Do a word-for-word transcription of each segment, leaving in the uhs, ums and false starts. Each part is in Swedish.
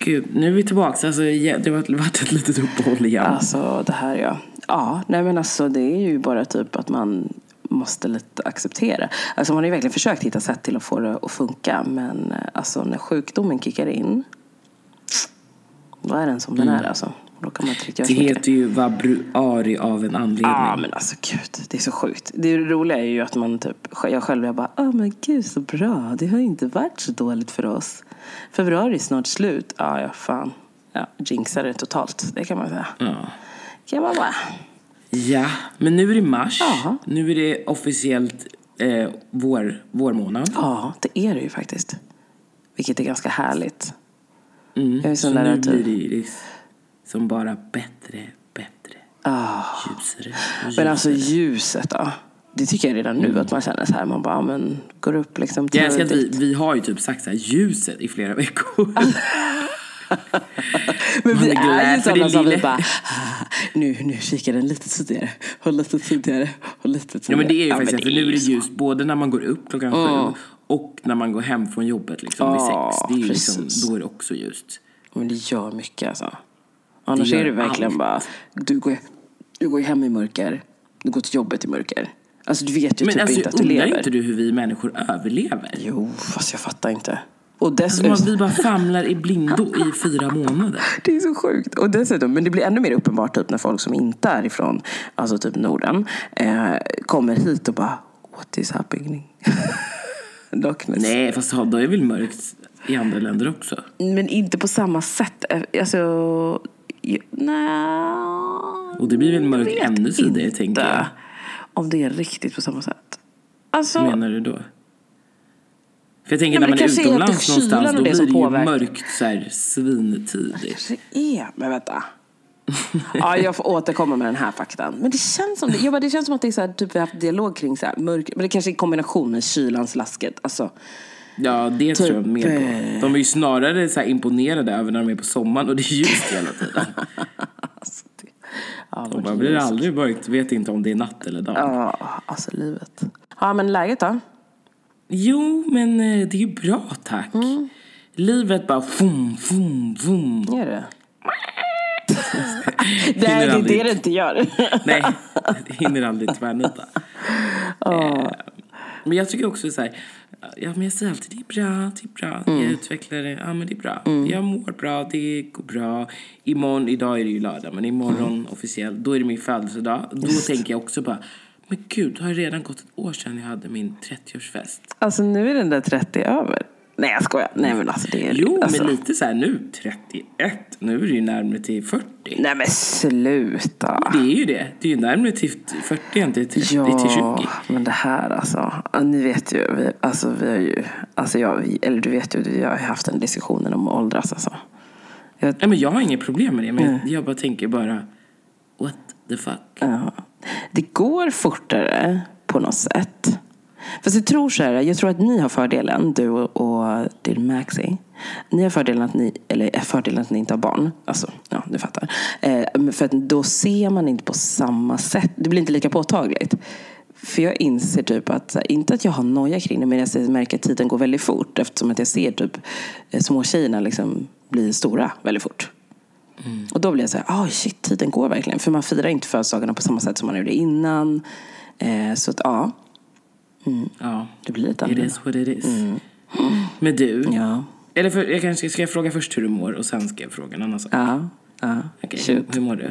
gud, nu är vi tillbaka. Alltså, det har varit ett litet uppehåll igen. Alltså det här, ja. Ja, nej men alltså det är ju bara typ att man måste lite acceptera. Alltså man har ju verkligen försökt hitta sätt till att få det att funka. Men alltså när sjukdomen kickar in, då är den som mm. den är alltså. Då kan man inte det heter ju vabruari av en anledning. Ja, men alltså gud, det är så sjukt. Det roliga är ju att man typ, jag själv jag bara, ja men gud så bra. Det har inte varit så dåligt för oss. Februari är snart slut. Ja, ja fan. Ja, jinxar det totalt, det kan man säga. Ja. Kan man bara. Ja, men nu är det mars. Aha. Nu är det officiellt eh, vår, vårmånad. Ja, det är det ju faktiskt. Vilket är ganska härligt. Mm. Jag är så nu blir det ju som bara bättre, bättre. Ah. Ljusare, ljusare. Men alltså ljuset då. Det tycker jag redan nu mm. att man känner så här. Man bara, men går upp liksom. Jag älskar att vi, vi har ju typ sagt så här, ljuset i flera veckor. Men vi är ju sådana som vi bara, nu, nu kikar den lite tidigare. Håll lite tidigare. Håll lite tidigare. Ja, men det är ju ja, faktiskt, för nu är det ljust både när man går upp klockan mm. sju och när man går hem från jobbet liksom oh, vid sex. Det är ju liksom, då är det också ljust. Men det gör mycket alltså. Annars det är det verkligen allt. Bara, du går, du går hem i mörker, du går till jobbet i mörker. Alltså du vet ju men typ alltså, inte att du lever. Men inte du hur vi människor överlever? Jo, fast jag fattar inte. Och dessutom, alltså, vi bara famlar i blindo i fyra månader. Det är så sjukt. Och dessutom, men det blir ännu mer uppenbart typ när folk som inte är ifrån, alltså typ Norden, eh, kommer hit och bara, what is happening? Darkness. Nej, fast då är väl mörkt i andra länder också. Men inte på samma sätt. Alltså, ja, nej. Och det blir väl mörkt ännu tidigare, tänker jag. Om det är riktigt på samma sätt. Alltså, vad menar du då? För jag tänker nej, när man är utomlands är någonstans, då blir det ju påverkar. Mörkt så här svintidigt. Det kanske är, men vänta. Ja, jag får återkomma med den här faktan. Men det känns som det, jag bara, det känns som att det är så här, typ vi har haft dialog kring så här mörk, men det kanske är i kombination med kylans lasket. Alltså, ja, det typ, tror jag mer på. De är ju snarare så här imponerade över när de är på sommaren och det är ljust hela tiden. Alltså, det, ja, de bara, blir det aldrig mörkt, vet inte om det är natt eller dag. Ja, alltså livet. Ja, men läget då? Jo, men det är ju bra, tack. Mm. Livet bara fum, fum, fum. Gör det? Nej, det är aldrig. Det det inte gör. Nej, det hinner aldrig tvärnita. Oh. Men jag tycker också så här, ja, men jag säger alltid, det är bra, det är bra. Mm. Jag utvecklar det, ja men det är bra. Mm. Jag mår bra, det går bra. Imorgon, idag är det ju lördag, men imorgon mm. officiellt, då är det min födelsedag. Då Just. tänker jag också bara, men gud, har det redan gått ett år sedan jag hade min trettioårsfest? Alltså nu är den där trettio över. Nej, jag skojar. Nej, men alltså det är... Jo, alltså... men lite så här nu, trettioett. Nu är det ju närmare till fyrtio. Nej, men sluta. Det är ju det. Det är ju närmare till fyrtio än till trettio, ja, till tjugo. Men det här alltså. Ni vet ju, vi, alltså vi har ju... Alltså jag, eller du vet ju, jag har haft en diskussion om åldras alltså. Jag... Nej, men jag har inget problem med det. Men mm. jag bara tänker bara, what the fuck? Ja. Det går fortare på något sätt. Fast jag tror så här, jag tror att ni har fördelen, du och, och din Maxi. Ni har fördelen att ni, eller fördelen att ni inte har barn. Alltså, ja, du fattar. Eh, för att då ser man inte på samma sätt. Det blir inte lika påtagligt. För jag inser typ att, inte att jag har noja kring det, men jag märker att tiden går väldigt fort. Eftersom att jag ser typ små tjejerna liksom bli stora väldigt fort. Mm. Och då blir jag så här, ah oh, shit, tiden går verkligen. För man firar inte födelsedagarna på samma sätt som man gjorde innan. Eh, så att ja. Mm. Ja, det blir lite annorlunda. It is what it is. Mm. Mm. Men du, ja. Eller för, jag kanske ska jag fråga först hur du mår och sen ska jag fråga en annan sak. Ja, ja. Okay, hur, hur mår du?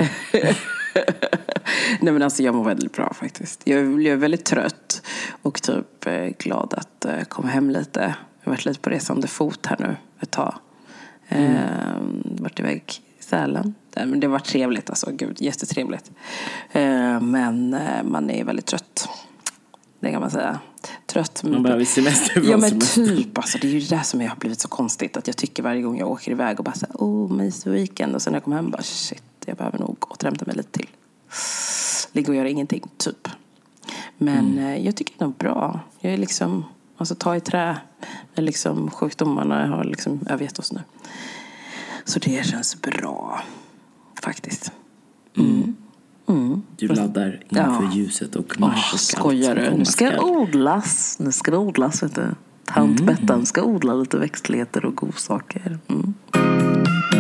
Nej, men alltså jag mår väldigt bra faktiskt. Jag, jag är väldigt trött och typ eh, glad att eh, komma hem lite. Jag har varit lite på resande fot här nu ett tag. Mm. Eh, varit iväg i Sälen. Men det var trevligt alltså, gud, jättetrevligt. Eh, men eh, man är väldigt trött. Det kan man säga. Trött. Man behöver semester. Ja, men semester. Typ. Alltså, det är ju det där som jag har blivit så konstigt. Att jag tycker varje gång jag åker iväg och bara så här, oh, mysig weekend. Och sen när jag kommer hem bara, shit, jag behöver nog återhämta mig lite till. Ligga och göra ingenting, typ. Men mm. eh, jag tycker det är bra. Jag är liksom, alltså ta i trä. Är liksom, sjukdomarna har liksom övergett oss nu. Så det känns bra. Faktiskt. Mm. Mm. Mm. Du laddar inför ja. ljuset och mars. Oh, skojar du? Nu ska det odlas. Nu ska det odlas, vet du. Tant mm. Bettan ska odla lite växtligheter och godsaker. Mm.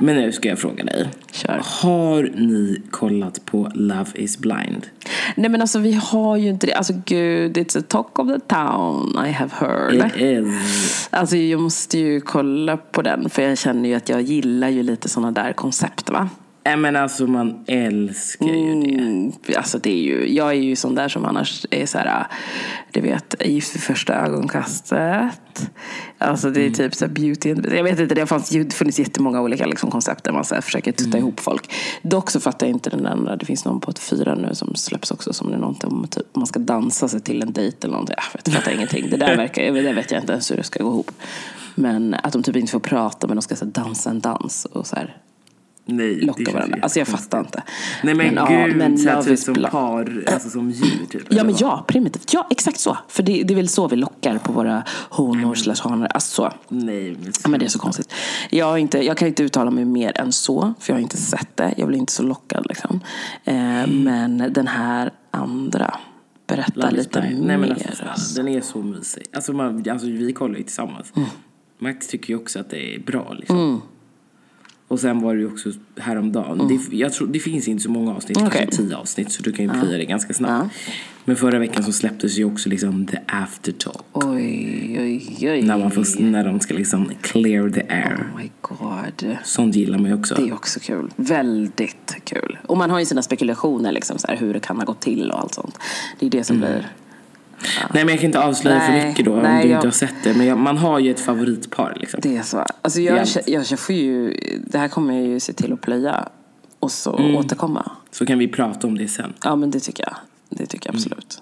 Men nu ska jag fråga dig. Kör. Har ni kollat på Love is blind? Nej men alltså vi har ju inte det. Alltså gud, it's a talk of the town, I have heard. It is. Alltså jag måste ju kolla på den. För jag känner ju att jag gillar ju lite såna där koncept, va? Nej men alltså man älskar ju det. Mm, alltså det är ju, jag är ju sån där som annars är så här, du vet, gift vid första ögonkastet. Alltså det är mm. typ så här beauty. Jag vet inte, det har funnits, funnits jättemånga olika liksom, koncept där man så här, försöker tutta mm. ihop folk. Dock så fattar jag inte den andra. Det finns någon på ett fyra nu som släpps också som det är någonting om typ man ska dansa sig till en dejt eller någonting. Jag vet, jag fattar ingenting. Det där verkar, det vet jag inte ens hur det ska gå ihop. Men att de typ inte får prata, men de ska så här, dansa en dans och så här. Nej, locka varandra. Alltså jag fattar inte. Nej men, men gud, ja, men så att typ som bla- par, alltså som djur typ. Ja men ja, primitivt. Ja, exakt så. För det, det är väl så vi lockar på våra honor slash hanar. Alltså så. Nej, men, ja, men det är så konstigt. Jag, har inte, jag kan inte uttala mig mer än så. För jag har inte sett det. Jag blir inte så lockad liksom. Eh, mm. Men den här andra berättar lite mer. Nej men alltså, alltså. Den är så mysig. Alltså, man, alltså vi kollar ju tillsammans. Mm. Max tycker ju också att det är bra liksom. Mm. Och sen var det ju också häromdagen. Mm. Det, jag tror, det finns inte så många avsnitt. Okay. Kanske tio avsnitt. Så du kan ju plöja det ganska snabbt. Ja. Men förra veckan så släpptes ju också liksom the aftertalk. Oj, oj, oj. När, man får, när de ska liksom clear the air. Oh my god. Sånt gillar man ju också. Det är också kul. Väldigt kul. Och man har ju sina spekulationer liksom, så här, hur det kan ha gått till och allt sånt. Det är det som mm. blir... Ja. Nej men jag kan inte avslöja nej, för mycket då. Nej, om du jag... inte har sett det. Men jag, man har ju ett favoritpar liksom. Det är så. Alltså jag, jag, jag, jag får ju... Det här kommer jag ju se till att plöja. Och så mm. återkomma. Så kan vi prata om det sen. Ja men det tycker jag. Det tycker jag absolut.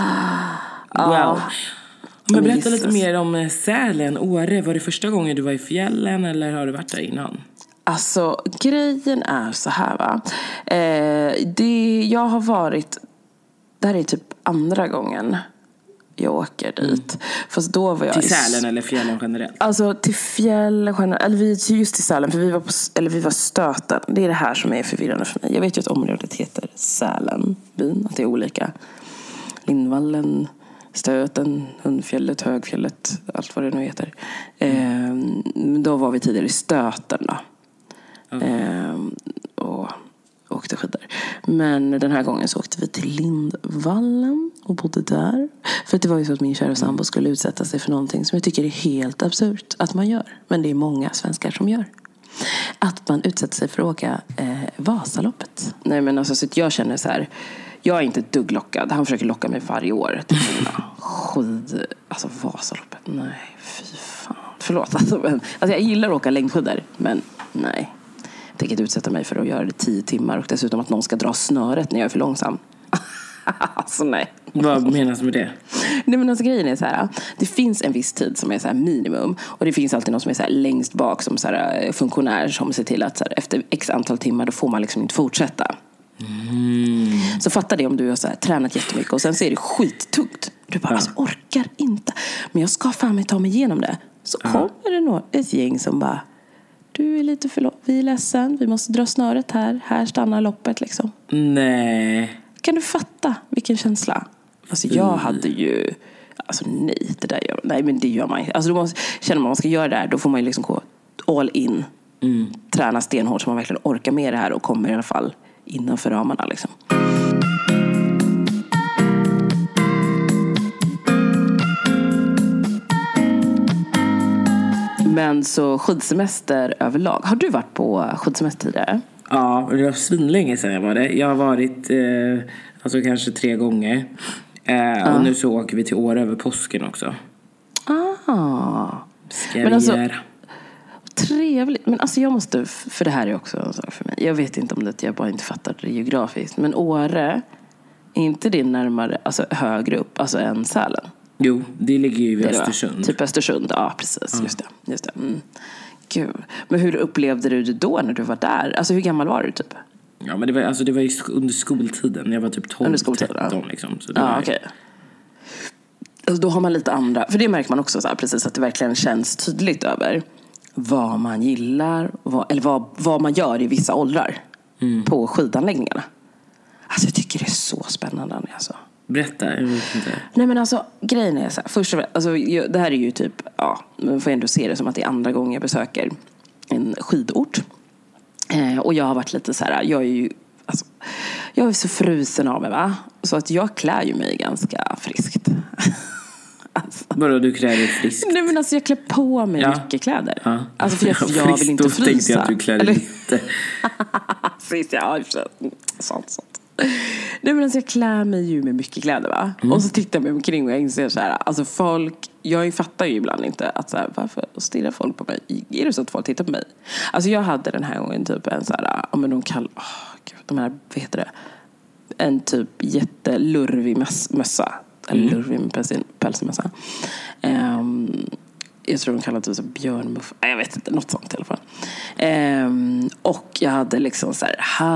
Mm. Wow. Men berätta lite mer om Sälen, Åre. Var det första gången du var i fjällen eller har du varit där innan? Alltså grejen är så här, va. Eh, det, jag har varit... Det här är typ andra gången jag åker dit. Mm. Fast då var jag till Sälen eller fjällen generellt? Alltså till fjällen generellt. Eller vi, just till Sälen. För vi var, på, eller vi var Stöten. Det är det här som är förvirrande för mig. Jag vet ju att området heter Sälen. Byn. Att det är olika. Lindvallen, Stöten, Hundfjället, Högfjället. Allt vad det nu heter. Mm. Eh, då var vi tidigare i Stöten då. Mm. Eh, och... åkte skidor. Men den här gången så åkte vi till Lindvallen och bodde där. För att det var ju så att min kära sambo skulle utsätta sig för någonting som jag tycker är helt absurt att man gör. Men det är många svenskar som gör. Att man utsätter sig för att åka eh, Vasaloppet. Nej men alltså så att jag känner så här. Jag är inte dugglockad. Han försöker locka mig varje år. Till skid... Alltså Vasaloppet. Nej, fy fan. Förlåt. Alltså, men, alltså jag gillar att åka längdskidor. Men nej. Jag tänker inte utsätta mig för att göra det tio timmar. Och dessutom att någon ska dra snöret när jag är för långsam. Alltså nej. Vad menas med det? Nej men alltså grejen är så här. Det finns en viss tid som är så här minimum. Och det finns alltid någon som är så här längst bak som så här funktionär som ser till att så här, efter x antal timmar då får man liksom inte fortsätta. Mm. Så fatta det om du har så här, tränat jättemycket och sen så är det skittungt. Du bara, ja. alltså, orkar inte. Men jag ska fan mig ta mig igenom det. Så ja. kommer det nog ett gäng som bara, du är lite för lång, vi är ledsen, vi måste dra snöret här. Här stannar loppet liksom. Nej. Kan du fatta vilken känsla? Alltså jag hade ju, alltså nej, det där gör, nej men det gör man. Alltså då måste, känner man man ska göra det här, då får man ju liksom gå all in. Mm. Träna stenhårt så man verkligen orkar med det här och kommer i alla fall innanför ramarna liksom. Men så skidsemester överlag. Har du varit på skidsemester tidigare? Ja, det var svinlänge sedan jag var det. Jag har varit eh, alltså kanske tre gånger. Eh, ja. Och nu så åker vi till Åre över påsken också. Ah. Ska men alltså, göra. Trevligt. Men alltså jag måste, för det här är också en sak för mig. Jag vet inte om det, jag bara inte fattar det geografiskt. Men Åre, är inte det närmare, alltså högre upp, alltså än Sälen? Jo, det ligger ju i Östersund. Typ Östersund, ja precis, ja. just det. Just det. Mm. Gud. Men hur upplevde du det då när du var där? Alltså hur gammal var du typ? Ja, men det var, alltså, det var ju under skoltiden. Jag var typ tolv tretton liksom. Så det ja, var... okej. Okay. Alltså, då har man lite andra, för det märker man också så här, precis att det verkligen känns tydligt över vad man gillar, vad, eller vad, vad man gör i vissa åldrar mm. på skidanläggningarna. Alltså jag tycker det är så spännande alltså. Berätta, jag vet inte. Nej men alltså, grejen är så här, först och främst, alltså, det här är ju typ, ja, man får ändå se det som att det är andra gången jag besöker en skidort. Eh, och jag har varit lite så här, jag är ju alltså, jag är så frusen av mig, va? Så att jag klär ju mig ganska friskt. Alltså. Vadå, du klär dig friskt? Nej, men alltså jag klär på mig ja. mycket kläder. Ja. Alltså för jag, jag, jag vill inte frysa. Då tänkte jag att du klär dig lite. Friskt, ja. Sånt, sånt. Nej, men alltså jag klär mig ju med mycket kläder, va? Mm. Och så tittar jag mig omkring och jag inser så här, alltså folk, jag fattar ju ibland inte att så här, varför stirrar folk på mig? Är det så att folk tittar på mig? Alltså jag hade den här gången typ en så här, ja men de kallar, åh gud, de här, vad heter det? En typ jättelurvig mössa. Eller mm. lurvig med pälsmössa. Um, jag tror de kallar det så björnmuff. Jag vet inte, något sånt i alla fall. Um, och jag hade liksom så här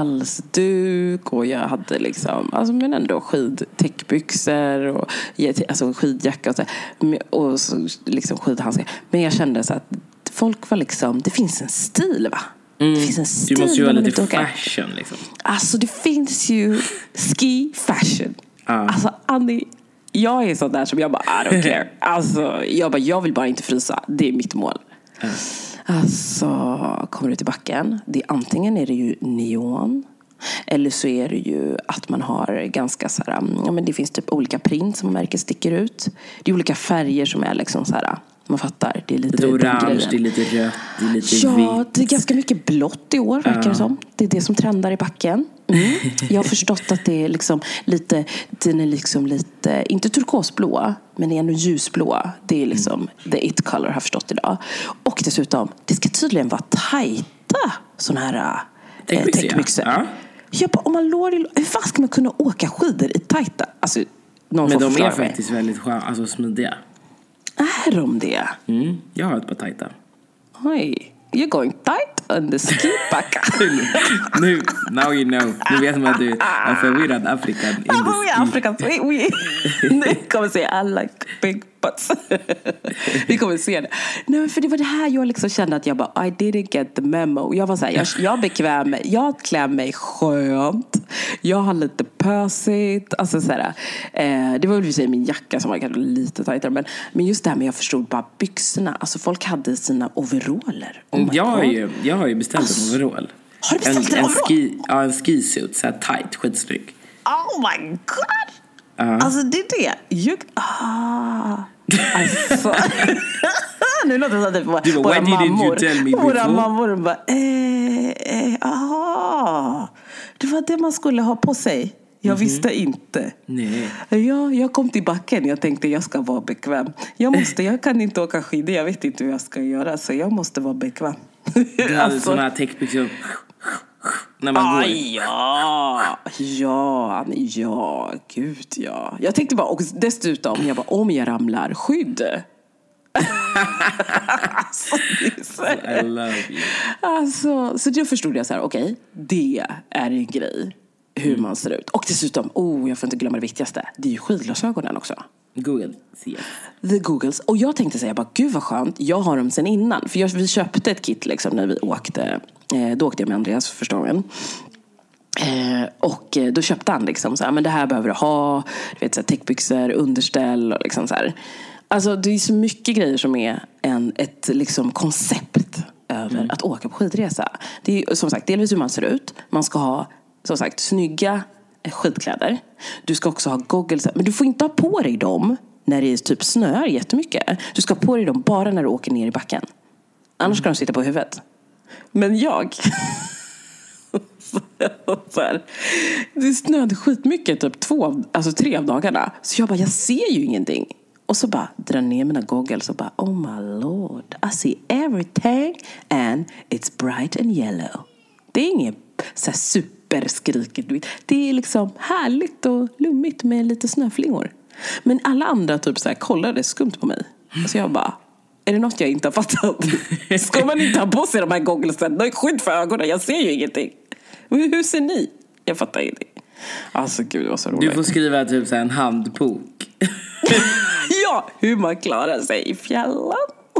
halsduk och jag hade liksom, alltså men ändå skidtäckbyxor och alltså skidjacka och så, och så liksom skidhandskar. Men jag kände så att folk var liksom, det finns en stil, va? Mm. Det finns en stil. Du måste ju ha lite fashion liksom. Alltså det finns ju ski fashion. Uh. Alltså Annie, jag är sån där som jag bara, I don't care. Alltså, jag bara, jag vill bara inte frysa. Det är mitt mål. Mm. Alltså, kommer du till backen, det är, antingen är det ju neon, eller så är det ju att man har ganska så här, ja men det finns typ olika print som märker sticker ut. Det är olika färger som är liksom så här, man fattar. Det är lite, lite orange, det är lite rött, det är lite ja, vitt. Ja, det är ganska mycket blått i år, verkar det uh. som. Det är det som trendar i backen. Mm. Jag har förstått att det är liksom lite, den är liksom lite, inte turkosblå, men ändå ljusblå. Det är liksom mm. the it color, har jag förstått idag. Och dessutom, det ska tydligen vara tajta såna här äh, täckbyxor. Ja. Jag bara, om man lår, hur fan ska man kunna åka skidor i tajta? Alltså, någon men de är mig. faktiskt väldigt skön, alltså smidiga. Är de det? Mm, jag har ett par tajta. Oj. You're going tight on the ski backa. Nu, now you know. Nu vet man att du är förvirrad Afrikan in the ski. Afrikan. We, we. Nu kommer säga I like big butts. Vi kommer se det. Nej, för det var det här jag liksom kände att jag bara, I didn't get the memo. Jag var så här, jag, jag bekväm mig. Jag klär mig skönt. Jag har lite pösigt. Alltså så här, eh, det var väl säga min jacka som var kanske lite tajtare. Men, men just det här med jag förstod bara byxorna. Alltså folk hade sina overaller. Oh jag, har ju, jag har ju beställt alltså, en overall. Har du beställt en, en, en ski, ja, en skisuit. Så här tight, skitsnygg. Oh my god. Uh-huh. Alltså det är det. Jag, ah. Alltså. Nu låter det så att det var du bara, why didn't you tell me before? Våra mammor bara, eh, eh, aha. Det var det man skulle ha på sig. Jag mm-hmm. visste inte. Nej. Ja, jag kom till backen. Jag tänkte jag ska vara bekväm. Jag måste, jag kan inte åka skidor. Jag vet inte hur jag ska göra. Så jag måste vara bekväm. Du hade alltså, sådana här täckbyxor när man ah, går. Ja, ja, ja, gud ja. Jag tänkte bara, och dessutom, jag bara, om jag ramlar, skydd. Alltså, så I love you. Alltså, så jag förstod jag så här, okej, okay, det är en grej. Hur mm. man ser ut. Och dessutom, oh, jag får inte glömma det viktigaste. Det är ju skidglasögonen också. Google, yes. The Googles. Och jag tänkte säga, bara, gud vad skönt. Jag har dem sen innan. För jag, vi köpte ett kit liksom när vi åkte. Eh, då åkte jag med Andreas första gången. Eh, och då köpte han liksom så här, men det här behöver du ha. Du vet, så här, täckbyxor, underställ och liksom så här. Alltså det är så mycket grejer som är en, ett liksom koncept över mm. att åka på skidresa. Det är som sagt delvis hur man ser ut. Man ska ha som sagt snygga skidkläder. Du ska också ha goggles. Men du får inte ha på dig dem när det är typ snöar jättemycket. Du ska ha på dig dem bara när du åker ner i backen. Annars ska de sitta på huvudet. Men jag så här, det snöade skitmycket typ två, alltså tre av dagarna. Så jag bara, jag ser ju ingenting. Och så bara drar ner mina goggles och bara, oh my lord, I see everything and it's bright and yellow. Det är inget så här superskrikigt. Det är liksom härligt och lummigt med lite snöflingor. Men alla andra typ så här kollade skumt på mig. Så jag bara, är det något jag inte har fattat? Ska man inte ha på sig de här gogglesen? Det är skydd för ögonen, jag ser ju ingenting. Hur ser ni? Jag fattar ingenting. Alltså gud, vad så roligt. Du får skriva typ så här en handbok. Ja, hur man klarar sig i fjällen.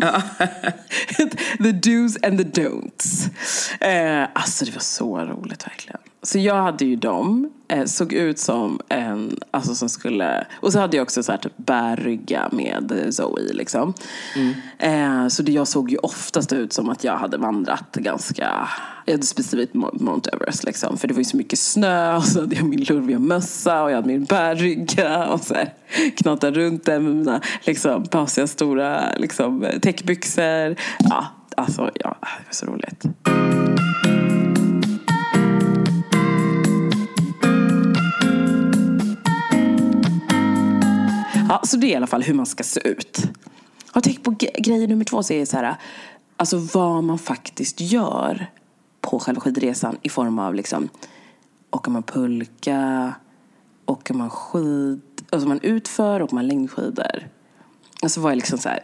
The do's and the don'ts. eh, Alltså det var så roligt verkligen. Så jag hade ju dem, eh, såg ut som en, alltså som skulle, och så hade jag också så här typ bärrygga med Zoe liksom. Mm. eh, Så det, jag såg ju oftast ut som att jag hade vandrat ganska Jag hade specifikt Mount Everest liksom, för det var ju så mycket snö, och så hade jag min lurviga mössa och jag hade min bärrygga och så här, knatade runt där med mina liksom pausiga stora liksom täckbyxor. Ja, alltså ja, det var så roligt. Ja, så det är i alla fall hur man ska se ut. Jag tänker på grejer nummer två, så är det så här, alltså vad man faktiskt gör på själva skidresan i form av liksom, åker man pulka, åker man skid, alltså man utför, åker man längdskidor. Alltså vad är liksom så här,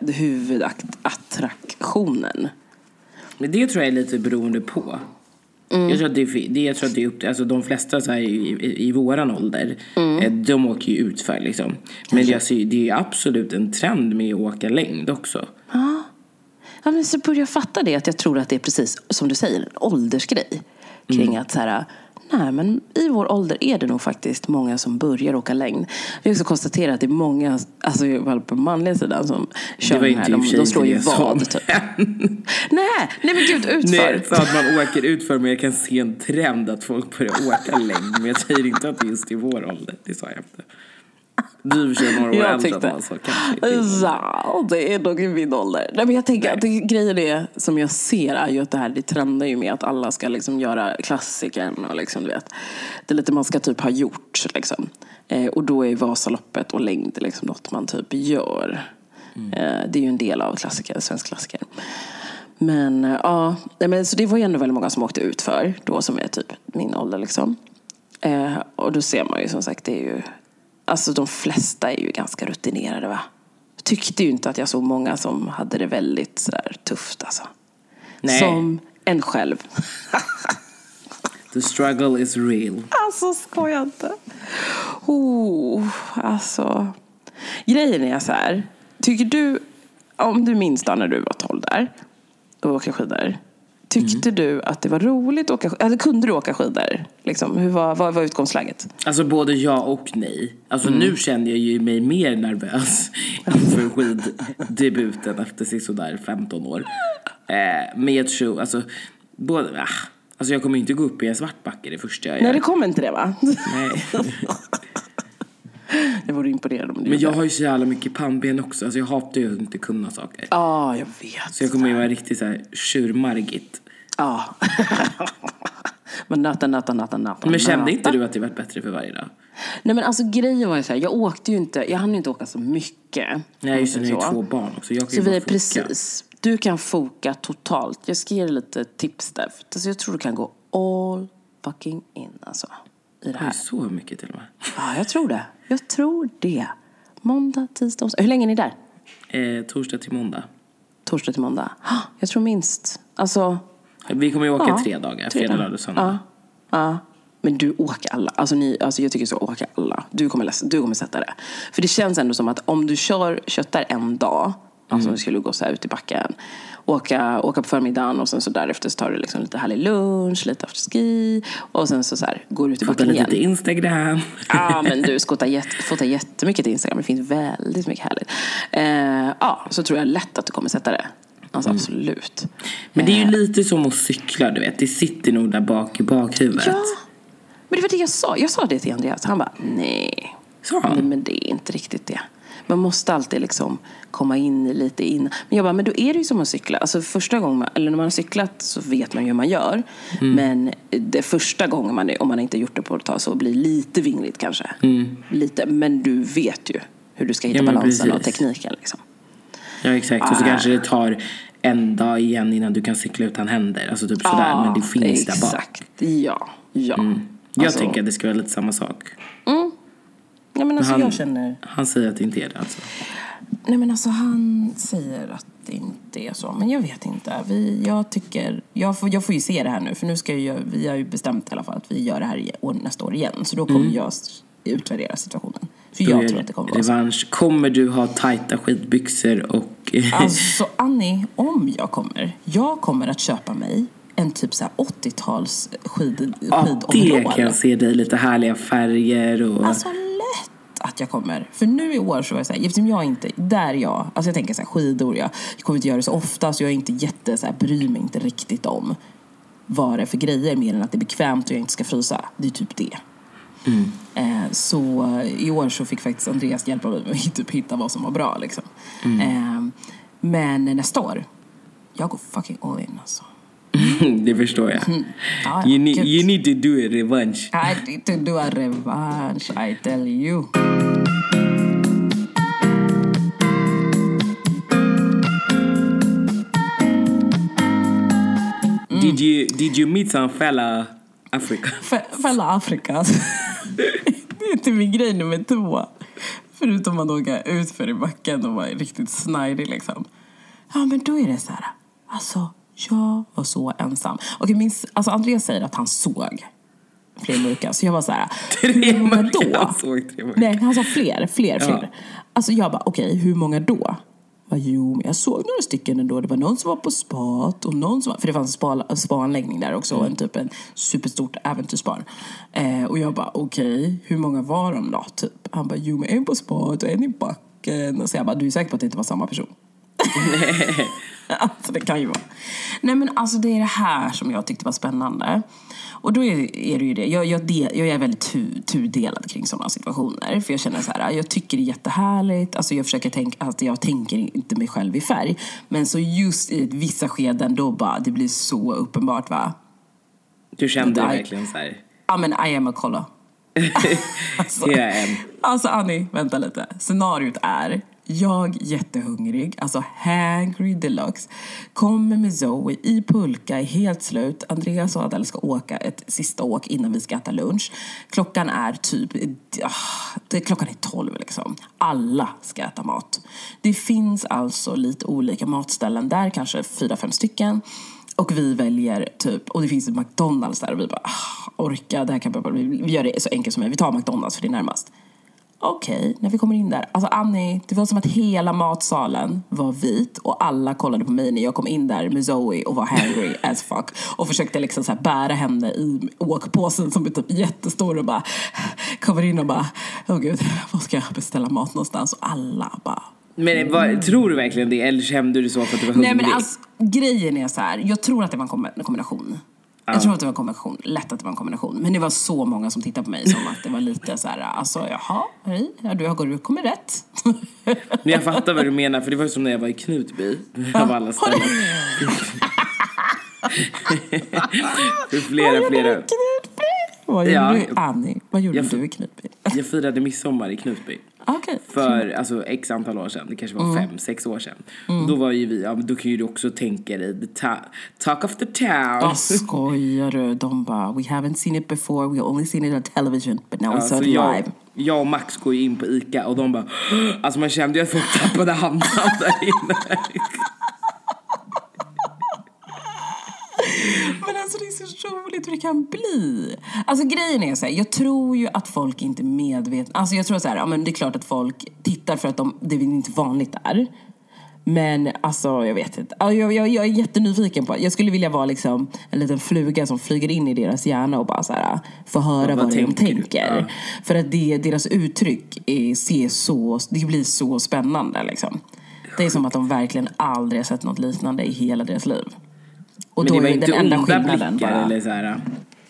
huvudattraktionen? Men det tror jag är lite beroende på. Mm. Jag tror att det är, det, jag tror att det är upp till, alltså de flesta så här, i, i, i våran ålder, mm. de åker ju utför liksom. Men jag ser, det är absolut en trend med att åka längd också. Ja. Ja, men så börjar jag fatta det, att jag tror att det är precis som du säger, en åldersgrej kring mm. att så här, nej men i vår ålder är det nog faktiskt många som börjar åka längd. Vi har också konstaterat att det är många, alltså i alla fall på manliga sidan, som kör den här, de, de slår ju vad typ. nej, nej men gud, utför. Nej, för att man åker utför, men jag kan se en trend att folk börjar åka längd, men jag säger inte att det är just i vår ålder, det sa jag inte. Du försöker några år äldre än man, så kanske ja, det är nog i min ålder. Nej, men jag tänker Nej. att det, grejen är, som jag ser, är ju att det här, det trendar ju med att alla ska liksom göra klassikern och liksom, du vet, det är lite man ska typ ha gjort liksom. Eh, och då är Vasaloppet och längd liksom något man typ gör. Mm. Eh, det är ju en del av klassiker, svensk klassiker. Men eh, ja, men så det var ju ändå väldigt många som åkte ut för då, som är typ min ålder liksom. Eh, och då ser man ju som sagt, det är ju, alltså de flesta är ju ganska rutinerade, va? Jag tyckte ju inte att jag såg många som hade det väldigt så där tufft, alltså. Nej. Som en själv. The struggle is real. Alltså, skoja inte. Oh, alltså. Grejen är så här. Tycker du, om du minns då när du var tolv där och åka skidor, tyckte mm. du att det var roligt att åka, eller kunde du åka skidor? Liksom, hur var, vad var utgångsläget? Alltså både ja och nej. Alltså mm. nu känner jag ju mig mer nervös inför skiddebuten efter sådär femton år. Eh, med show, alltså både, ah, alltså jag kommer inte gå upp i en svartbacke det första jag gör. Nej, det kommer inte det, va? Nej. Jag vore imponerad om det. Men jag har ju så jävla mycket pannben också. Alltså jag hatar ju att inte kunna saker. Ja, ah, jag vet. Så jag kommer ju vara riktigt så här tjurmargigt. Ja. Men nöta, nöta, nöta, nöta. Men kände nöta. Inte du att det var bättre för varje dag? Nej, men alltså grejen var ju så här, jag åkte ju inte, jag hann ju inte åka så mycket. Nej, just det, ni har ju två barn också. Jag kan så ju vi är foka. Precis. Du kan foka totalt. Jag ska ge dig lite tips där. Alltså jag tror du kan gå all fucking in, alltså. I det här. Det är så mycket till och med. Ja, jag tror det. Jag tror det. Måndag, tisdag, onsdag. Hur länge är ni där? Eh, torsdag till måndag. Torsdag till måndag. Jag tror minst. Alltså... Vi kommer ju åka ja, tre dagar. Fredag, lördag och söndag. Ja. Ja. Men du åker alla. Alltså, ni, alltså jag tycker så, åka alla. Du kommer, läsa, du kommer sätta det. För det känns ändå som att om du kör köttar en dag. Mm. Alltså om du skulle gå så här ut i backen. Åka, åka på förmiddagen och sen så därefter så tar du liksom lite härlig lunch, lite afterski och sen så, så här, går du ut i backen lite igen. Fota lite Instagram. Ja, men du ska fota jättemycket till Instagram. Det finns väldigt mycket härligt. Eh, ja, så tror jag lätt att du kommer sätta det. Alltså mm. absolut. Men det är ju lite som att cykla, du vet. Det sitter nog där bak i bakhuvudet. Ja, men det var det jag sa. Jag sa det till Andreas. Han bara, nej. Sa han? Nej, men det är inte riktigt det. Man måste alltid liksom komma in lite in. Men jag bara, men då är det ju som att cykla. Alltså första gången, man, eller när man har cyklat så vet man ju hur man gör. Mm. Men det första gången man, om man inte gjort det på ett tag så blir lite vingligt kanske. Mm. Lite, men du vet ju hur du ska hitta ja, balansen precis. Och tekniken liksom. Ja, exakt. Ah. Och så kanske det tar en dag igen innan du kan cykla utan händer. Alltså typ ah, sådär, men det finns exakt. Där bak. Ja, ja. Mm. Jag alltså. tänker att det ska vara lite samma sak. Mm. Ja, men alltså han, jag känner... han säger att det inte är det alltså. Nej, men alltså han säger att det inte är så. Men jag vet inte. Vi, jag tycker... Jag får, jag får ju se det här nu. För nu ska jag, vi har ju bestämt i alla fall att vi gör det här år, nästa år igen. Så då kommer mm. jag utvärdera situationen. För då jag tror att det kommer revansch. Vara så. Kommer du ha tajta skidbyxor och... Alltså Annie, om jag kommer. Jag kommer att köpa mig en typ så här åttio-tals skid, ja, skidområde. Det kan jag se dig, lite härliga färger och... Alltså lätt att jag kommer. För nu i år så var jag så här, eftersom jag inte, där jag, alltså jag tänker så här, skidor, jag, jag kommer inte göra det så ofta så jag är inte jätte så här, bryr mig inte riktigt om. vad det är för grejer mer än att det är bekvämt och jag inte ska frysa. Det är typ det. Mm. Eh, så i år så fick faktiskt Andreas hjälpa mig med att typ hitta vad som var bra liksom. Mm. Eh, men nästa år, jag går fucking all in alltså. Det förstår jag. Mm. Ja, you, need, you need to do a revenge. I need to do a revenge, I tell you. Mm. Did you did you meet some fella Africa? F- fella Afrika. Det är inte min grej nummer två. Förutom att åka ut för i backen och vara riktigt snajdig liksom. Ja, men då är det så här. Alltså, jag var så ensam. Okej, min, alltså Andreas säger att han såg fler mörka. Så jag var så här. Tre hur många mörka, då? han såg tre mörka. Nej, han sa fler, fler, Ja. fler. Alltså jag bara, okej, hur många då? Ja, jo, men jag såg några stycken ändå. Det var någon som var på spat och någon som var... För det fanns en spa, spaanläggning där också. Mm. En typ en superstort äventyrsbarn. Eh, och jag bara, okej, hur många var de då? Typ. Han bara, jo, men en på spat och en i backen. Och så jag bara, du är säker på att det inte var samma person? Nej. Alltså det kan ju vara. Nej, men alltså det är det här som jag tyckte var spännande. Och då är, är det ju det. Jag, jag, del, jag är väldigt tu, tudelad kring sådana situationer. För jag känner så här, jag tycker det är jättehärligt. Alltså jag försöker tänka, alltså jag tänker inte mig själv i färg. Men så just i vissa skeden då bara, det blir så uppenbart, va? Du kände I, verkligen så här. Ja, men I am a color. alltså, yeah. alltså Annie, vänta lite. Scenariot är... Jag jättehungrig, alltså hangry deluxe. Kommer med Zoe i pulka, är helt slut. Andreas och Adel ska åka ett sista åk innan vi ska äta lunch. Klockan är typ, det, klockan är tolv liksom. Alla ska äta mat. Det finns alltså lite olika matställen där, kanske fyra, fem stycken. Och vi väljer typ, och det finns ett McDonald's där och vi bara, orka, det här kan bara, vi gör det så enkelt som möjligt. Vi tar McDonald's för det är närmast. Okej, okay, när vi kommer in där. Alltså Annie, det var som att hela matsalen var vit. Och alla kollade på mig när jag kom in där med Zoe och var hungry as fuck. Och försökte liksom så här bära henne i åkpåsen som är typ jättestor. Och bara kommer in och bara, åh oh gud, vad ska jag beställa mat någonstans? Och alla bara... Men vad, tror du verkligen det? Eller kände du så för att du var hungrig? Nej, men alltså, grejen är så här. Jag tror att det var en kombination. Jag tror att det var en kombination, lätt att det var en kombination. Men det var så många som tittade på mig som att det var lite så här, alltså jaha, hej, ja, du har kommit rätt. Men jag fattar vad du menar, för det var som när jag var i Knutby. Av alla ställen. För flera, flera. Vad gjorde ja, du, Annie? Vad gjorde jag, du i Knutby? Jag firade midsommar i Knutby. Okay. För alltså x antal år sedan. Det kanske var mm. fem, sex år sedan. Mm. Och då var ju vi, ja, då kan ju du också tänka dig the ta- talk of the town. Åh, skojar du? De bara, we haven't seen it before, we only seen it on television, but now ja, we saw it jag, live. Jag och Max går ju in på Ica och de bara, alltså man kände ju att folk tappade handen där inne. Men alltså det är så roligt hur det kan bli. Alltså grejen är så här, jag tror ju att folk inte är medvetna. Alltså jag tror så här, ja men det är klart att folk tittar för att de, det är inte vanligt där. Men alltså jag vet inte. Jag, jag, jag är jättenyfiken på, jag skulle vilja vara liksom en liten fluga som flyger in i deras hjärna och bara så här, få höra ja, vad, vad de tänker. Ja. För att det, deras uttryck är, ser så, det blir så spännande liksom. Det är som att de verkligen aldrig har sett något liknande i hela deras liv. Och men då det var är inte den enda onda skillnaden blickar bara, eller så här.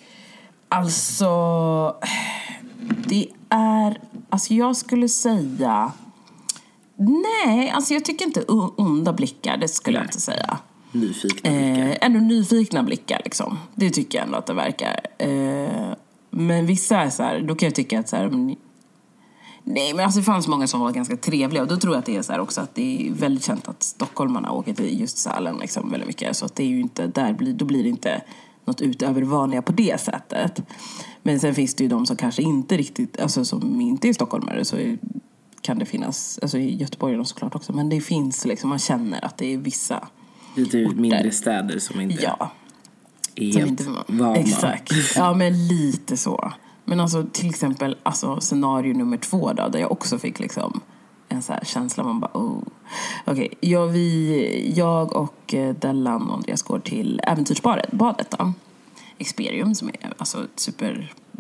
Alltså det är, alltså jag skulle säga nej, alltså jag tycker inte onda blickar, det skulle nej. jag inte säga. Nyfikna blickar. Eh, ändå nyfikna blickar liksom. Det tycker jag ändå att det verkar. Eh, men vissa är så här, då kan jag tycka att så här, nej, men alltså det fanns många som var ganska trevliga. Och då tror jag att det är så här också att det är väldigt känt att stockholmarna åker till just Sälen liksom väldigt mycket. Så att det är ju inte, där blir, då blir det inte något utöver vanliga på det sättet. Men sen finns det ju de som kanske inte riktigt, alltså som inte är stockholmare, så är, kan det finnas, alltså i Göteborg är de såklart också. Men det finns liksom, man känner att det är vissa lite orter, mindre städer som inte ja, är som helt inte, vana. Exakt, ja men lite så. Men alltså till exempel alltså, scenario nummer två då, där jag också fick liksom en så här känsla, man bara oh. Okej, okay, jag, vi, jag och Dellan och Andreas går till äventyrsbadet badet då. Experium som är alltså ett super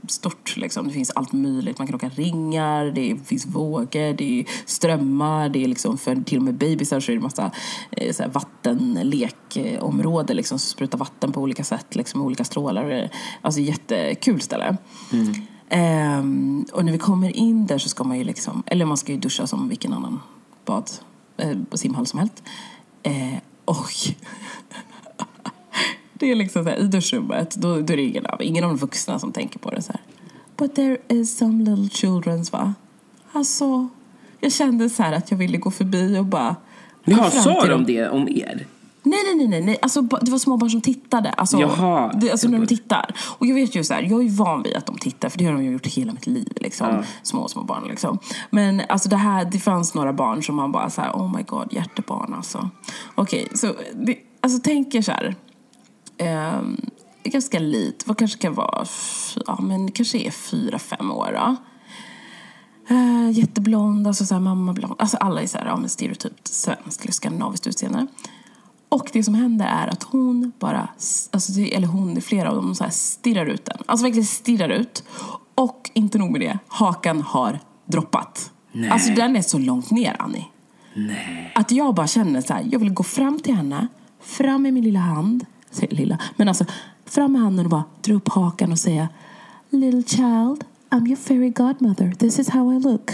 stort liksom. Det finns allt möjligt. Man kan åka ringar, det finns vågor, det är strömmar, det är liksom för till och med babysar så är det massa eh, så här vattenlekområden liksom, som sprutar vatten på olika sätt liksom, med olika strålar. Alltså jättekul ställe. Mm. Um, och när vi kommer in där så ska man ju liksom, eller man ska ju duscha som vilken annan bad eh, simhall som helst. Eh, och det är liksom så här, i duschrummet då, då är det ingen av, ingen av de vuxna som tänker på det så här. But there is some little children's, va? Alltså, jag kände så här att jag ville gå förbi och bara... Ja, sa de det om er? Nej, nej, nej, nej. Alltså, det var små barn som tittade. Alltså, Jaha, det, alltså när de tittar. Och jag vet ju så här, jag är ju van vid att de tittar. För det har de ju gjort hela mitt liv, liksom. Ja. Små, små barn, liksom. Men alltså det här, det fanns några barn som man bara så här, oh my god, hjärtebarn, alltså. Okej, okay, så, det, alltså tänker så här... Um, ganska lite, vad kanske kan vara, ja men kanske är fyra, fem år då. Uh, jätteblond, alltså så här mamma blond. Alltså alla är så här, ja men stereotypt svenskt eller skandinaviskt utseende. Och det som händer är att hon bara, alltså det, eller hon, det är flera av dem, så här stirrar ut den. Alltså verkligen stirrar ut. Och inte nog med det, hakan har droppat. Nej. Alltså den är så långt ner, Annie. Nej. Att jag bara känner så här, jag vill gå fram till henne, fram med min lilla hand, säger lilla, men alltså fram med handen och bara dra upp hakan och säga, little child, I'm your fairy godmother, this is how I look.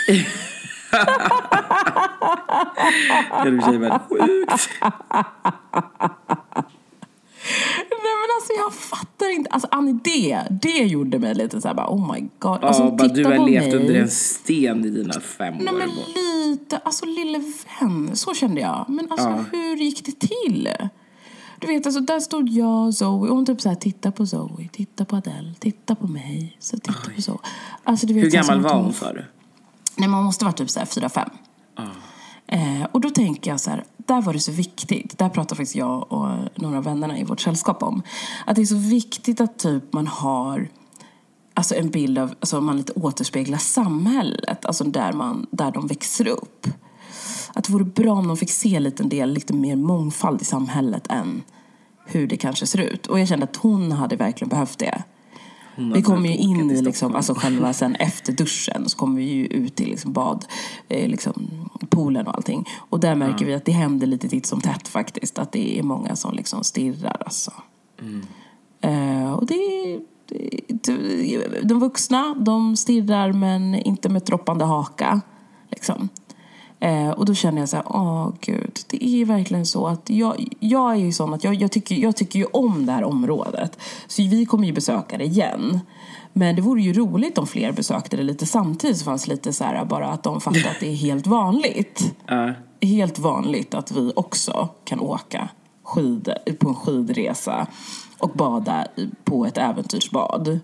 Kan du säga vad sjukt? Nej men alltså jag fattar inte. Alltså Annie, det, det gjorde mig lite så här bara, oh my god. Alltså, ja, bara, du har levt mig. under en sten i dina fem år. Nej men lite, alltså lille vän, så kände jag. Men alltså ja. Hur gick det till? Du vet, alltså där stod jag och Zoe. Och hon typ så här, titta på Zoe, titta på Adele, titta på mig, så titta Oj. På Zoe. Alltså, du vet, hur gammal var hon, hon, sa du? Nej, man måste vara typ så här fyra, fem. Ah. Eh, och då tänker jag så här, där var det så viktigt. Där pratar faktiskt jag och några av vännerna i vårt sällskap om. Att det är så viktigt att typ man har alltså en bild av, alltså man lite återspeglar samhället. Alltså där, man, där de växer upp. Att det vore bra om de fick se lite en del, lite mer mångfald i samhället än hur det kanske ser ut. Och jag kände att hon hade verkligen behövt det. Vi kommer ju in i liksom, alltså själva sen efter duschen så kommer vi ju ut till liksom bad, eh, liksom poolen och allting. Och där märker mm. vi att det händer lite titt som tätt faktiskt. Att det är många som liksom stirrar alltså. Mm. Eh, och det, det de vuxna, de stirrar men inte med droppande haka liksom. Eh, och då känner jag så här, åh gud, det är verkligen så att jag, jag är ju sån att jag, jag, tycker, jag tycker ju om det här området. Så vi kommer ju besöka det igen. Men det vore ju roligt om fler besökte det lite samtidigt. Så fanns lite så här, bara att de fattar att det är helt vanligt. Uh. Helt vanligt att vi också kan åka skid, på en skidresa och bada på ett äventyrsbad.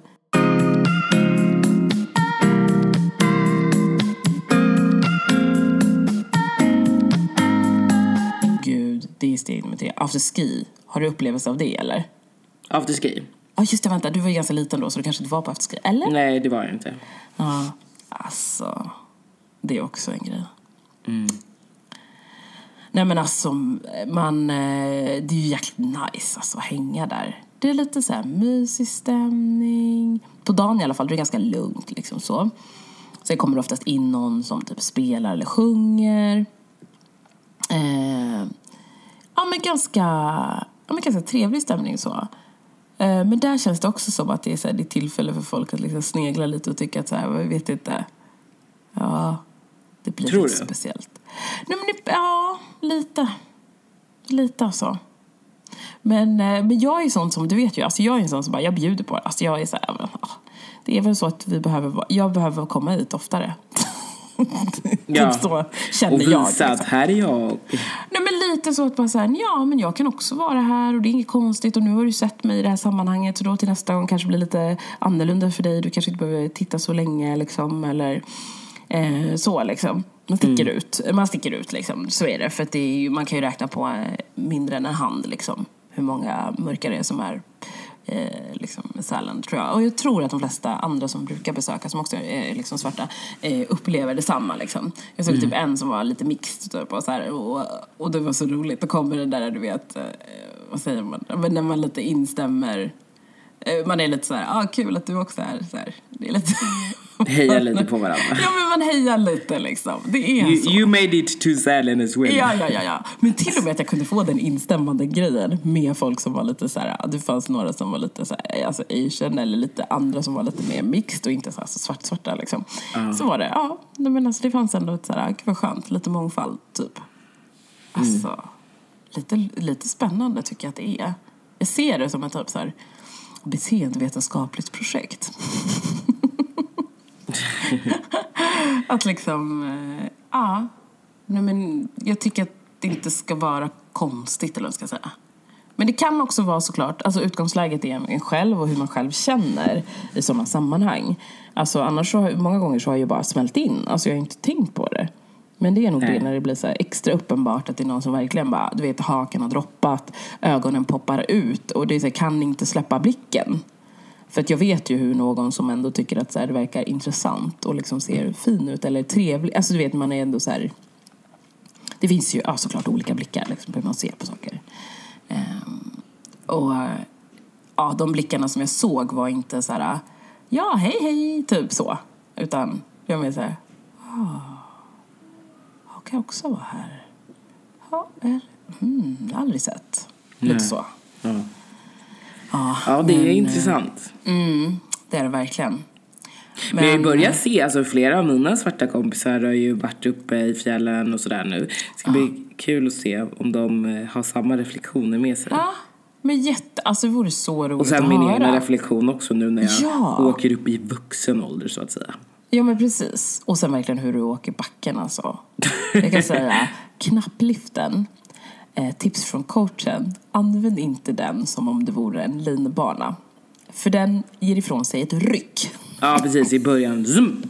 Det är steg nummer tre. Afterski. Har du upplevelse av det, eller? Afterski? Ja, just det, vänta. Du var ju ganska liten då, så du kanske inte var på afterski, eller? Nej, det var jag inte. Ja, alltså. Det är också en grej. Mm. Nej, men alltså, man, det är ju jäkligt nice alltså, att hänga där. Det är lite så här mysig stämning. På dagen i alla fall, det är ganska lugnt, liksom så. Sen kommer det oftast in någon som typ spelar eller sjunger. Eh... Ja, men ganska, ja, men ganska trevlig stämning så. Eh, men där känns det också som att det är, så här, det är tillfälle för folk att liksom snegla lite och tycka att så här, jag vet inte. Ja, det blir Tror lite du? Speciellt. Nej, men det, ja, lite. Lite alltså. Men, eh, men jag är sån som, du vet ju, alltså jag är en sån som bara, jag bjuder på det. Alltså jag är så här, ja, det är väl så att vi behöver, jag behöver komma hit oftare. Ja, så känner och visa jag, liksom. Att här är jag. Nej, men lite så att man säger, ja men jag kan också vara här och det är inget konstigt och nu har du sett mig i det här sammanhanget så då till nästa gång kanske blir lite annorlunda för dig. Du kanske inte behöver titta så länge liksom, eller eh, så liksom. Man sticker mm. ut, man sticker ut liksom, så är det. För att det är ju, man kan ju räkna på mindre än en hand liksom, hur många mörkar det är som är Eh, liksom Sälen, tror jag. Och jag tror att de flesta andra som brukar besöka som också är liksom svarta eh, upplever detsamma liksom. Jag såg mm. typ en som var lite mixed typ, och, så här, och, och det var så roligt. Då kommer det där, du vet, eh, vad säger man, men när man lite instämmer Man är lite så här, ah, kul att du också är så här. Det är lite... Heja lite på varandra. Ja, men man hejar lite liksom. Det är you, så. You made it to Sälen as well. Ja, ja, ja, ja. Men till och med att jag kunde få den instämmande grejen med folk som var lite så här, det fanns några som var lite så här, alltså Asian eller lite andra som var lite mer mixed och inte så här så svart svarta liksom. Uh. Så var det, ja, men alltså det fanns ändå ett så här, gud vad skönt, lite mångfald typ. Alltså mm. lite, lite spännande tycker jag att det är. Jag ser det som ett typ så här beteendevetenskapligt projekt. Att liksom äh, ja, nej men jag tycker att det inte ska vara konstigt eller vad ska jag säga. Men det kan också vara såklart, alltså utgångsläget är en själv och hur man själv känner i sådana sammanhang. Alltså annars så har, många gånger så har jag bara smält in, alltså jag har inte tänkt på det. Men det är nog Nej. det när det blir så här extra uppenbart att det är någon som verkligen bara, du vet, hakan har droppat, ögonen poppar ut och det är så här, kan inte släppa blicken. För att jag vet ju hur någon som ändå tycker att så här, det verkar intressant och liksom ser fin ut eller trevlig. Alltså du vet, man är ändå så här... Det finns ju ja, såklart olika blickar liksom, hur man ser på saker. Um, och ja, de blickarna som jag såg var inte så här, ja, hej, hej, typ så. Utan jag menar så här, ah, jag kan också vara här. Ja, mm, jag har aldrig sett. Lite Nej. så. Ja. Ja, ja, det är men, intressant. Mm, det är det verkligen. Men, men jag börjar se, alltså flera av mina svarta kompisar har ju varit uppe i fjällen och sådär nu. Det ska ja. bli kul att se om de har samma reflektioner med sig. Ja, men jätte, alltså det vore så roligt. Och sen att min höra. egna reflektion också nu när jag ja. åker upp i vuxen ålder så att säga. Ja, men precis. Och sen verkligen hur du åker backen alltså. Jag kan säga, knappliften. Eh, tips från coachen. Använd inte den som om det vore en linbana. För den ger ifrån sig ett ryck. Ja, precis. I början. Zoom.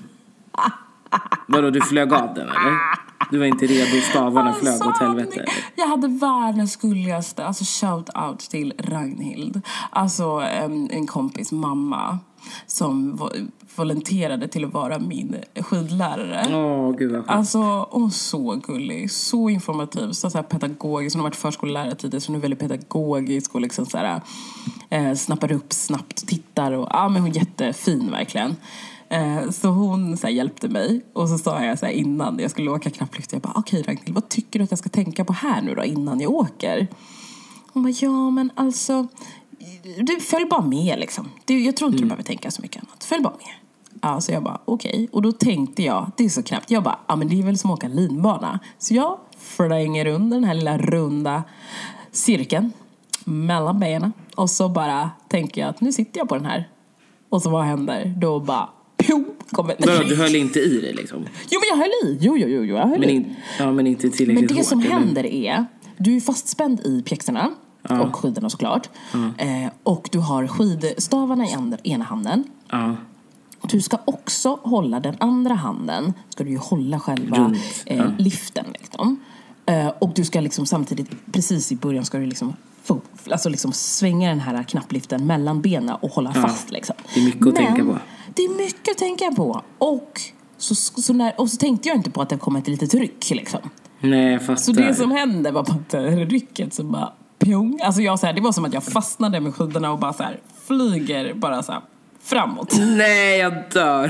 Vadå, du flög av den, eller? Du var inte redo, stavarna alltså, flög åt helvete. Eller? Jag hade världens gulligaste, alltså shout out till Ragnhild. Alltså en, en kompis mamma som volonterade till att vara min skidlärare. Åh, oh, gud vad skönt. Alltså, hon så gullig, så informativ, så, så här pedagogisk. Hon har varit förskollärare tidigare, så hon är väldigt pedagogisk och liksom så här, eh, snappar upp snabbt och tittar. Och, ja, men hon är jättefin verkligen. Eh, så hon så här, hjälpte mig. Och så sa jag så här, innan jag skulle åka knapplyft, jag bara, okej okay, Ragnhild, vad tycker du att jag ska tänka på här nu då innan jag åker? Hon bara, ja men alltså... Du följ bara med liksom. Du, jag tror inte mm. du behöver tänka så mycket annat. Följ bara med. Ja, så jag bara, okej. Okay. Och då tänkte jag, det är så knappt. Jag bara, ja men det är väl som att åka linbana. Så jag flänger under den här lilla runda cirkeln mellan benen. Och så bara tänker jag att nu sitter jag på den här. Och så vad händer? Då bara, pjo, kommer Då, du höll inte i det liksom? Jo men jag höll i. Jo, jo, jo, jo jag höll men i. In, ja, men inte tillräckligt hårt. Men det som eller? händer är, du är fastspänd i pjäxorna. Ja. Och skidorna såklart. Ja. Eh, och du har skidstavarna i andra, ena handen. Ja. Du ska också hålla den andra handen. Ska du ju hålla själva eh, ja. liften. Liksom. Eh, och du ska liksom samtidigt, precis i början ska du liksom, få, alltså liksom svänga den här knappliften mellan benen och hålla ja. fast. Liksom. Det är mycket att Men, tänka på. Det är mycket att tänka på. Och så, så när, och så tänkte jag inte på att det kom ett litet ryck. Liksom. Nej, jag fattar. Så det som hände var på att rycket så bara... Pjong. Alltså jag så här, det var som att jag fastnade med skidorna och bara så här flyger bara så här framåt. Nej, jag dör.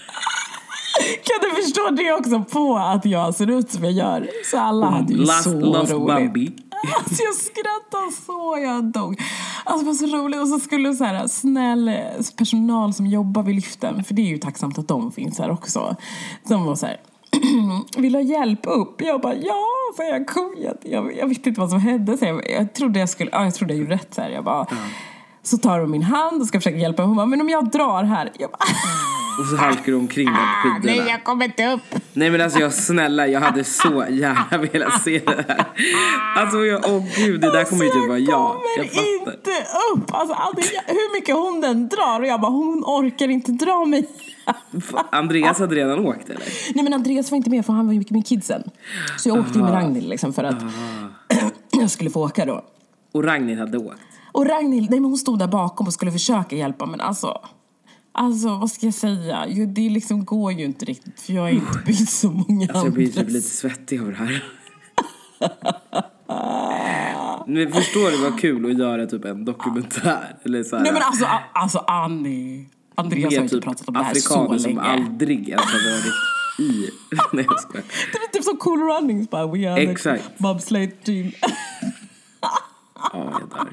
Kan du förstå det också på att jag ser ut som jag gör? Så alla hade ju last, så last roligt. Bambi. Alltså jag skrattade så jag dog. Alltså det var så roligt. Och så skulle så här snäll personal som jobbar vid liften, för det är ju tacksamt att de finns här också. Som var så här, vill ha hjälp upp? Jag bara, ja, så jag kom. Jag, jag, jag visste inte vad som hände. Så jag, jag trodde jag skulle, ja, jag trodde jag gjorde rätt så här. Jag bara, mm. Så tar de min hand och ska försöka hjälpa. Hon bara, men om jag drar här. Jag bara, och så halkar de omkring där på skidorna. Nej, jag kommer inte upp. Nej, men alltså jag snälla, jag hade så gärna velat se det här. Alltså jag, åh gud, det där kommer ju inte vara jag. Jag kommer inte upp. Alltså hur mycket hon den drar. Och jag bara, hon orkar inte dra mig. Andreas hade redan åkt, eller? Nej, men Andreas var inte med, för han var ju mycket med kidsen. Så jag åkte ju med Ragnhild liksom, för att jag skulle få åka då. Och Ragnhild hade åkt? Och Ragnhild, nej men hon stod där bakom och skulle försöka hjälpa. Men alltså, alltså vad ska jag säga? Jo, det liksom går ju inte riktigt, för jag är inte bytt så många alltså, jag blir typ lite svettig av det här. Men förstår du vad kul att göra typ en dokumentär? Eller så här, nej men alltså, alltså Annie. Andreas har inte typ pratat om det här så länge. som aldrig ens har varit i. Nej, jag skojar. Det är typ som Cool Runnings bara. We are exakt. the bobsleigh team. Ja, jag dör.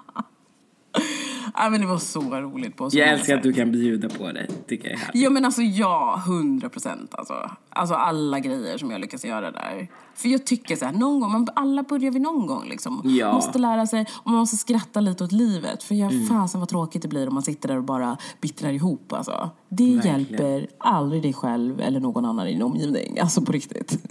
Ja, men det var så roligt på så jag älskar att du kan bjuda på det, tycker jag är härligt. Ja men alltså ja, hundra procent alltså. Alltså alla grejer som jag lyckas göra där. För jag tycker så här, någon gång, man, alla börjar vi någon gång liksom. Ja. Man måste lära sig, och man måste skratta lite åt livet. För jag mm. fasen vad tråkigt det blir om man sitter där och bara bittrar ihop alltså. Det verkligen. Hjälper aldrig dig själv eller någon annan i din omgivning. Alltså på riktigt.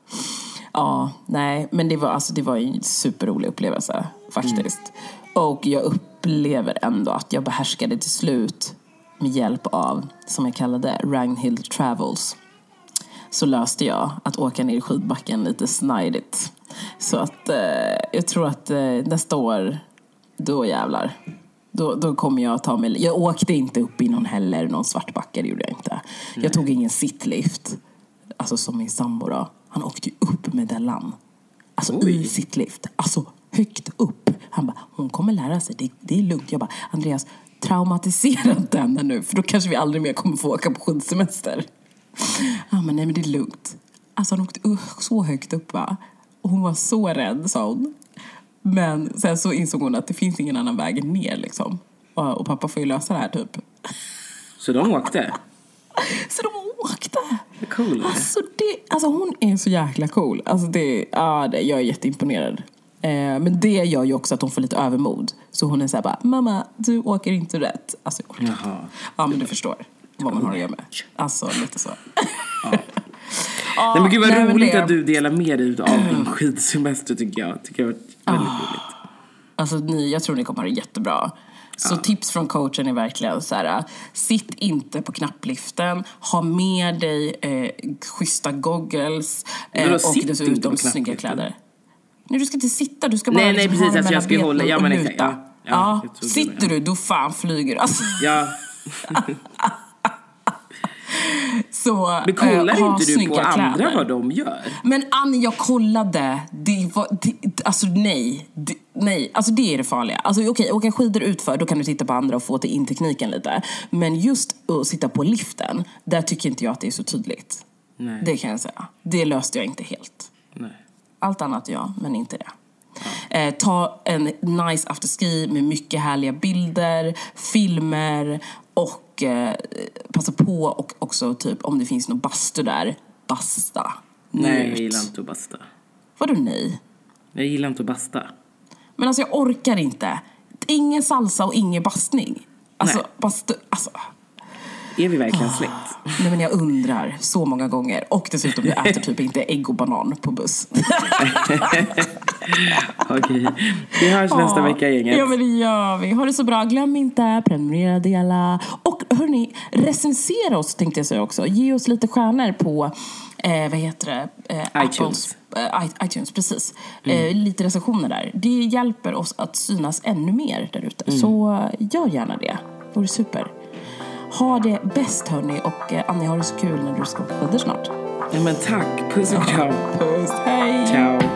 Ja, nej, men det var, alltså, det var en superrolig upplevelse faktiskt. Mm. Och jag upplever ändå att jag behärskade till slut med hjälp av, som jag kallade, Ragnhild Travels. Så löste jag att åka ner i skidbacken lite snidigt. Så att eh, jag tror att eh, nästa år, då jävlar. Då, då kommer jag ta mig... Jag åkte inte upp i någon heller, någon svart backe, det gjorde jag inte. Nej. Jag tog ingen sittlift. Alltså som min sambo då. Han åkte ju upp med Dellan. Alltså Oj. i sittlift. Alltså högt upp. Han bara, hon kommer lära sig. Det, det är lugnt. Jag bara, Andreas, traumatisera den nu. För då kanske vi aldrig mer kommer få åka på skidsemester. Ja, men nej, men det är lugnt. Alltså han åkte uh, så högt upp va. Och hon var så rädd, sa hon. Men sen så insåg hon att det finns ingen annan väg ner liksom. Och, och pappa får ju lösa det här typ. Så de åkte? Så de åkte. Cool. Alltså, det, alltså hon är så jäkla cool. Alltså det, ja, det, jag är jätteimponerad. Eh, men det gör ju också att hon får lite övermod. Så hon är så här bara, mamma, du åker inte rätt. Alltså, Jaha. Ja, men du förstår vad man har att göra med. Alltså, lite så. Ja. Ja, nej, men gud vad nej, roligt det... att du delar med dig av en skidsemester tycker jag. Tycker jag var väldigt ah. roligt. Alltså, ni, jag tror ni kommer ha det jättebra. Så ja. Tips från coachen är verkligen så här: sitt inte på knappliften, ha med dig eh, schyssta goggles eh, och dessutom snygga kläder. Nej, du ska inte sitta, du ska bara nej, nej, liksom precis, ha jag ska hålla, ja, men exakt, ja, ja, ja, sitter du, då fan flyger alltså. Ja. Så, men kollar äh, inte du på andra kläder. Vad de gör? Men Annie, jag kollade. Det var, det, alltså nej. Det, nej, alltså det är det farliga. Alltså okej, okay, åka skidor utför, då kan du titta på andra och få till in tekniken lite. Men just att sitta på liften, där tycker inte jag att det är så tydligt. Nej. Det kan jag säga. Det löste jag inte helt. Nej. Allt annat ja, men inte det. Ja. Eh, ta en nice afterski med mycket härliga bilder, filmer och eh, passa på och också typ om det finns någon bastu där, basta. Nej, jag gillar inte att basta. Vadå nej? Jag gillar inte att basta. Men alltså jag orkar inte. Ingen salsa och ingen bastning. Alltså, bastu, alltså. Är vi verkligen släkt? Oh, nej men jag undrar så många gånger. Och dessutom jag äter typ inte ägg och banan på buss. Okej, vi hörs oh, nästa vecka gänget. Ja men det gör vi. Ha det så bra, glöm inte prenumerera, dela. Och hörni, recensera oss tänkte jag säga också. Ge oss lite stjärnor på eh, vad heter det? Eh, iTunes. Apples, eh, iTunes, precis. Mm. Eh, lite recensioner där. Det hjälper oss att synas ännu mer där ute. Mm. Så gör gärna det. Det vore super. Ha det bäst hörni. Och eh, Annie, har det så kul när du ska föda snart. Ja men tack, puss och kram. Puss, hej. Ciao.